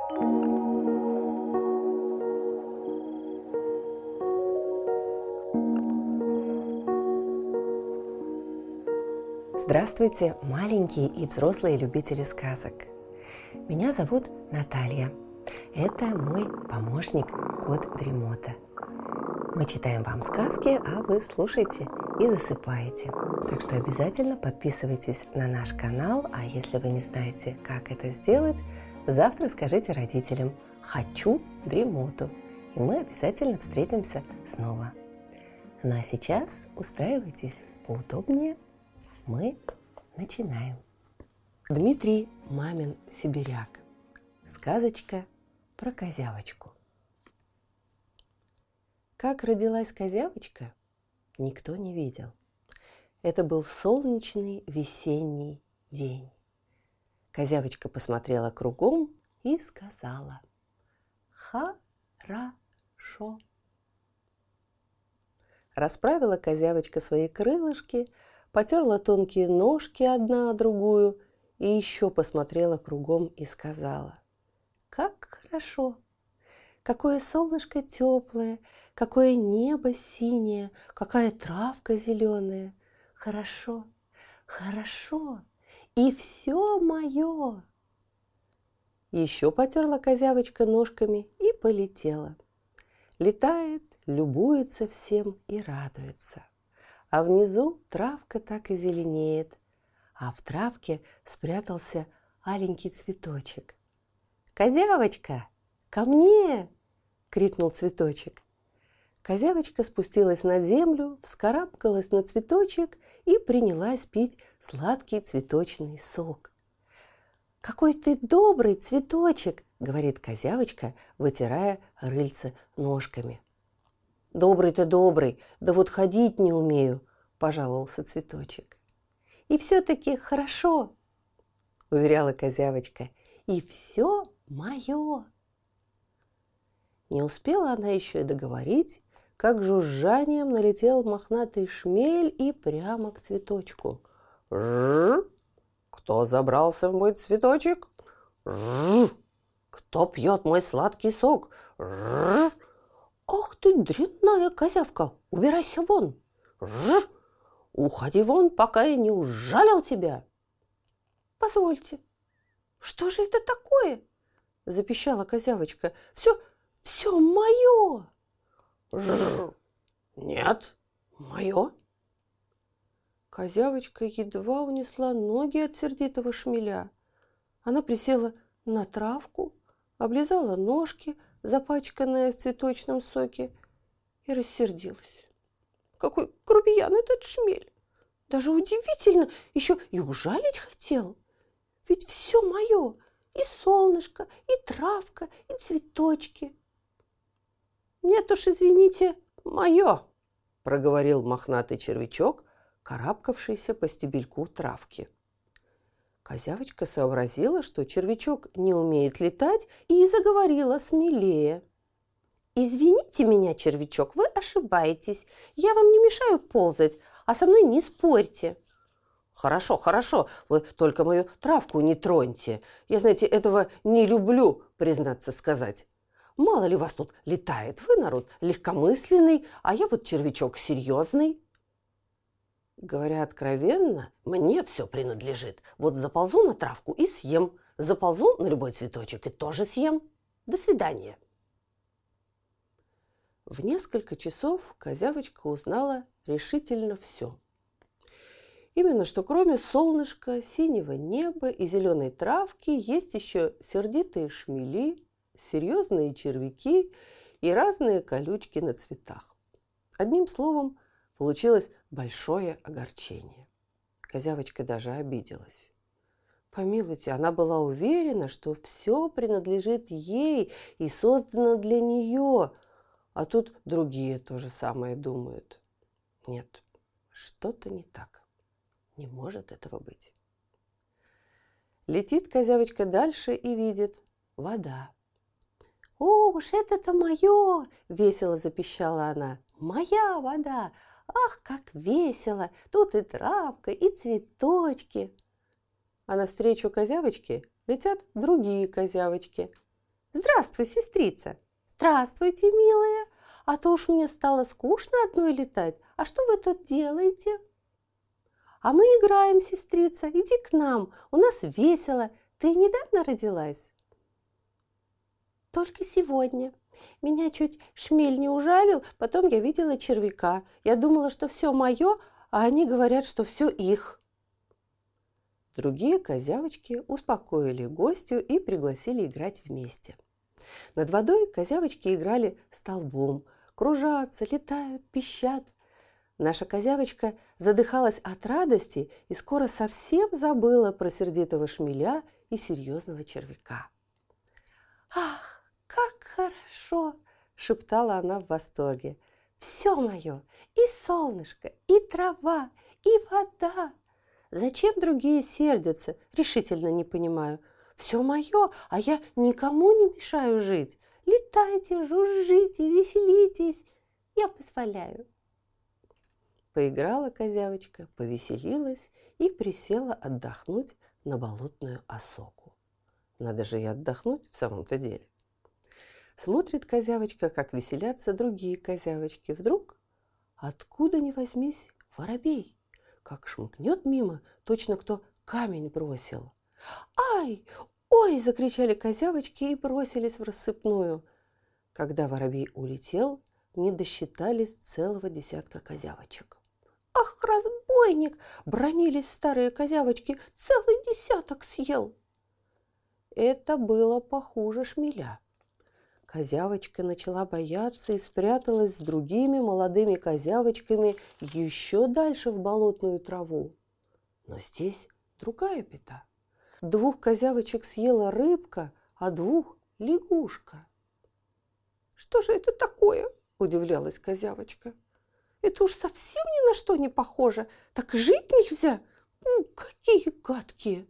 Здравствуйте, маленькие и взрослые любители сказок. Меня зовут Наталья. Это мой помощник, кот Дремота. Мы читаем вам сказки, а вы слушаете и засыпаете. Так что обязательно подписывайтесь на наш канал, а если вы не знаете, как это сделать, завтра скажите родителям «Хочу Дремоту», и мы обязательно встретимся снова. Ну а сейчас устраивайтесь поудобнее. Мы начинаем. Дмитрий Мамин сибиряк. Сказочка про козявочку. Как родилась козявочка, никто не видел. Это был солнечный весенний день. Козявочка посмотрела кругом и сказала: «Хорошо». Расправила козявочка свои крылышки, потерла тонкие ножки одна о другую и еще посмотрела кругом и сказала: «Как хорошо! Какое солнышко теплое, какое небо синее, какая травка зеленая! Хорошо, хорошо, и все мое!» Еще потерла козявочка ножками и полетела. Летает, любуется всем и радуется. А внизу травка так и зеленеет, а в травке спрятался аленький цветочек. «Козявочка, ко мне!» – крикнул цветочек. Козявочка спустилась на землю, вскарабкалась на цветочек и принялась пить сладкий цветочный сок. «Какой ты добрый цветочек!» – говорит козявочка, вытирая рыльце ножками. «Добрый-то добрый, да вот ходить не умею», – пожаловался цветочек. «И все-таки хорошо», – уверяла козявочка, – «и все мое». Не успела она еще и договорить, как жужжанием налетел мохнатый шмель и прямо к цветочку. «Жжж! Кто забрался в мой цветочек? Жжж! Кто пьет мой сладкий сок? Жжж! Ах ты, дрянная козявка, убирайся вон! Жжж! Уходи вон, пока я не ужалил тебя!» «Позвольте, что же это такое?» – запищала козявочка. Все мое!» «Жжж! Нет, мое!» Козявочка едва унесла ноги от сердитого шмеля. Она присела на травку, облизала ножки, запачканная в цветочном соке, и рассердилась. «Какой грубиян этот шмель! Даже удивительно, еще и ужалить хотел! Ведь все мое, и солнышко, и травка, и цветочки!» «Нет уж, извините, мое!» – проговорил мохнатый червячок, карабкавшийся по стебельку травки. Козявочка сообразила, что червячок не умеет летать, и заговорила смелее. «Извините меня, червячок, вы ошибаетесь. Я вам не мешаю ползать, а со мной не спорьте». «Хорошо, хорошо, вы только мою травку не троньте. Я, знаете, этого не люблю, признаться сказать. Мало ли вас тут летает, вы народ легкомысленный, а я вот червячок серьезный». Говоря откровенно, мне все принадлежит. Вот заползу на травку и съем, заползу на любой цветочек и тоже съем. До свидания. В несколько часов козявочка узнала решительно все. Именно что кроме солнышка, синего неба и зеленой травки есть еще сердитые шмели, серьезные червяки и разные колючки на цветах. Одним словом, получилось большое огорчение. Козявочка даже обиделась. Помилуйте, она была уверена, что все принадлежит ей и создано для нее, а тут другие то же самое думают. Нет, что-то не так. Не может этого быть. Летит козявочка дальше и видит – вода. «О, уж это-то мое!» – весело запищала она. «Моя вода! Ах, как весело! Тут и травка, и цветочки!» А навстречу козявочке летят другие козявочки. Здравствуй, сестрица. Здравствуйте, милая. А то уж мне стало скучно одной летать. А что вы тут делаете? А мы играем, сестрица. Иди к нам. У нас весело. Ты недавно родилась? Только сегодня. Меня чуть шмель не ужалил, потом я видела червяка. Я думала, что все мое, а они говорят, что все их. Другие козявочки успокоили гостью и пригласили играть вместе. Над водой козявочки играли столбом, кружатся, летают, пищат. Наша козявочка задыхалась от радости и скоро совсем забыла про сердитого шмеля и серьезного червяка. «Ах, как хорошо!» – шептала она в восторге. «Все мое, и солнышко, и трава, и вода. Зачем другие сердятся? Решительно не понимаю. Все мое, а я никому не мешаю жить. Летайте, жужжите, веселитесь. Я позволяю». Поиграла козявочка, повеселилась и присела отдохнуть на болотную осоку. Надо же и отдохнуть в самом-то деле. Смотрит козявочка, как веселятся другие козявочки. Вдруг, откуда ни возьмись, воробей, как шмыгнет мимо, точно кто камень бросил. «Ай! Ой!» – закричали козявочки и бросились в рассыпную. Когда воробей улетел, не досчитались целого десятка козявочек. «Ах, разбойник!» – бранились старые козявочки. «Целый десяток съел!» Это было похуже шмеля. Козявочка начала бояться и спряталась с другими молодыми козявочками еще дальше в болотную траву. Но здесь другая беда. 2 козявочек съела рыбка, а 2 – лягушка. «Что же это такое?» – удивлялась козявочка. «Это уж совсем ни на что не похоже. Так жить нельзя? Какие гадкие!»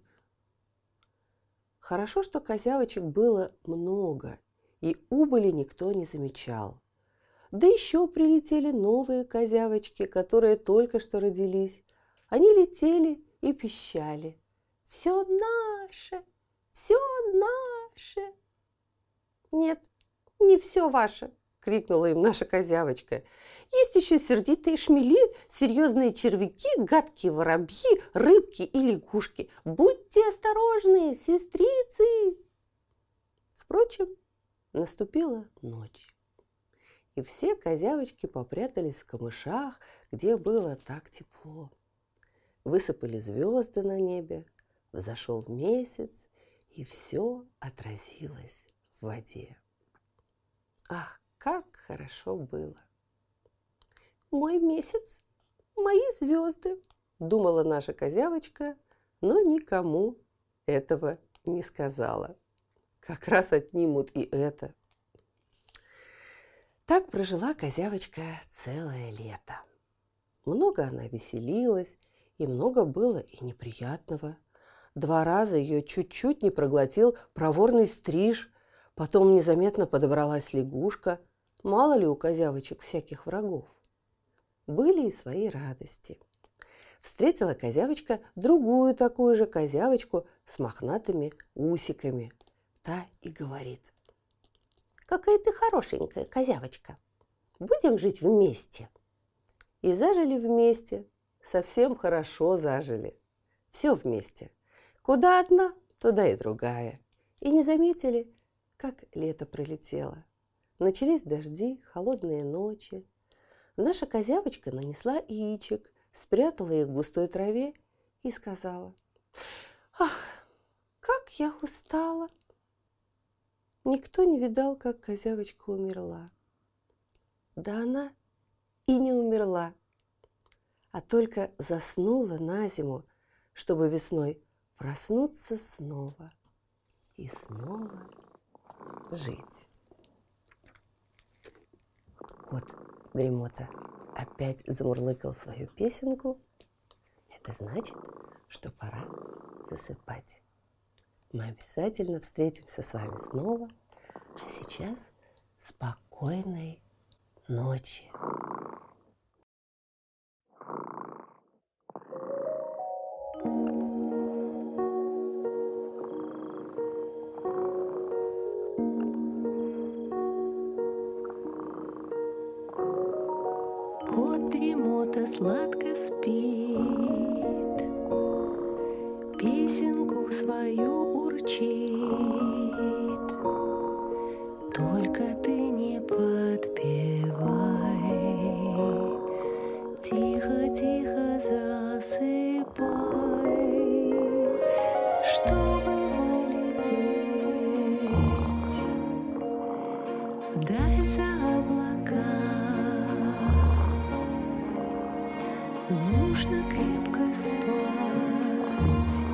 Хорошо, что козявочек было много, и убыли никто не замечал. Да еще прилетели новые козявочки, которые только что родились. Они летели и пищали. «Все наше, все наше!» «Нет, не все ваше!» – крикнула им наша козявочка. «Есть еще сердитые шмели, серьезные червяки, гадкие воробьи, рыбки и лягушки. Будьте осторожны, сестрицы!» Впрочем, наступила ночь, и все козявочки попрятались в камышах, где было так тепло. Высыпали звезды на небе, взошел месяц, и все отразилось в воде. Ах, как хорошо было! «Мой месяц, мои звезды», – думала наша козявочка, но никому этого не сказала. Как раз отнимут и это. Так прожила козявочка целое лето. Много она веселилась, и много было и неприятного. 2 раза ее чуть-чуть не проглотил проворный стриж, потом незаметно подобралась лягушка. Мало ли у козявочек всяких врагов. Были и свои радости. Встретила козявочка другую такую же козявочку с мохнатыми усиками. Та и говорит: «Какая ты хорошенькая козявочка! Будем жить вместе!» И зажили вместе, совсем хорошо зажили. Все вместе. Куда одна, туда и другая. И не заметили, как лето пролетело. Начались дожди, холодные ночи. Наша козявочка нанесла яичек, спрятала их в густой траве и сказала: «Ах, как я устала!» Никто не видал, как козявочка умерла. Да она и не умерла, а только заснула на зиму, чтобы весной проснуться снова и снова жить. Кот Дремота опять замурлыкал свою песенку. Это значит, что пора засыпать. Мы обязательно встретимся с вами снова. А сейчас спокойной ночи. Вот дремота сладко спит, песенку свою урчит. Только ты не подпевай, тихо-тихо засыпай, чтобы полететь вдаль за облака. Нужно крепко спать,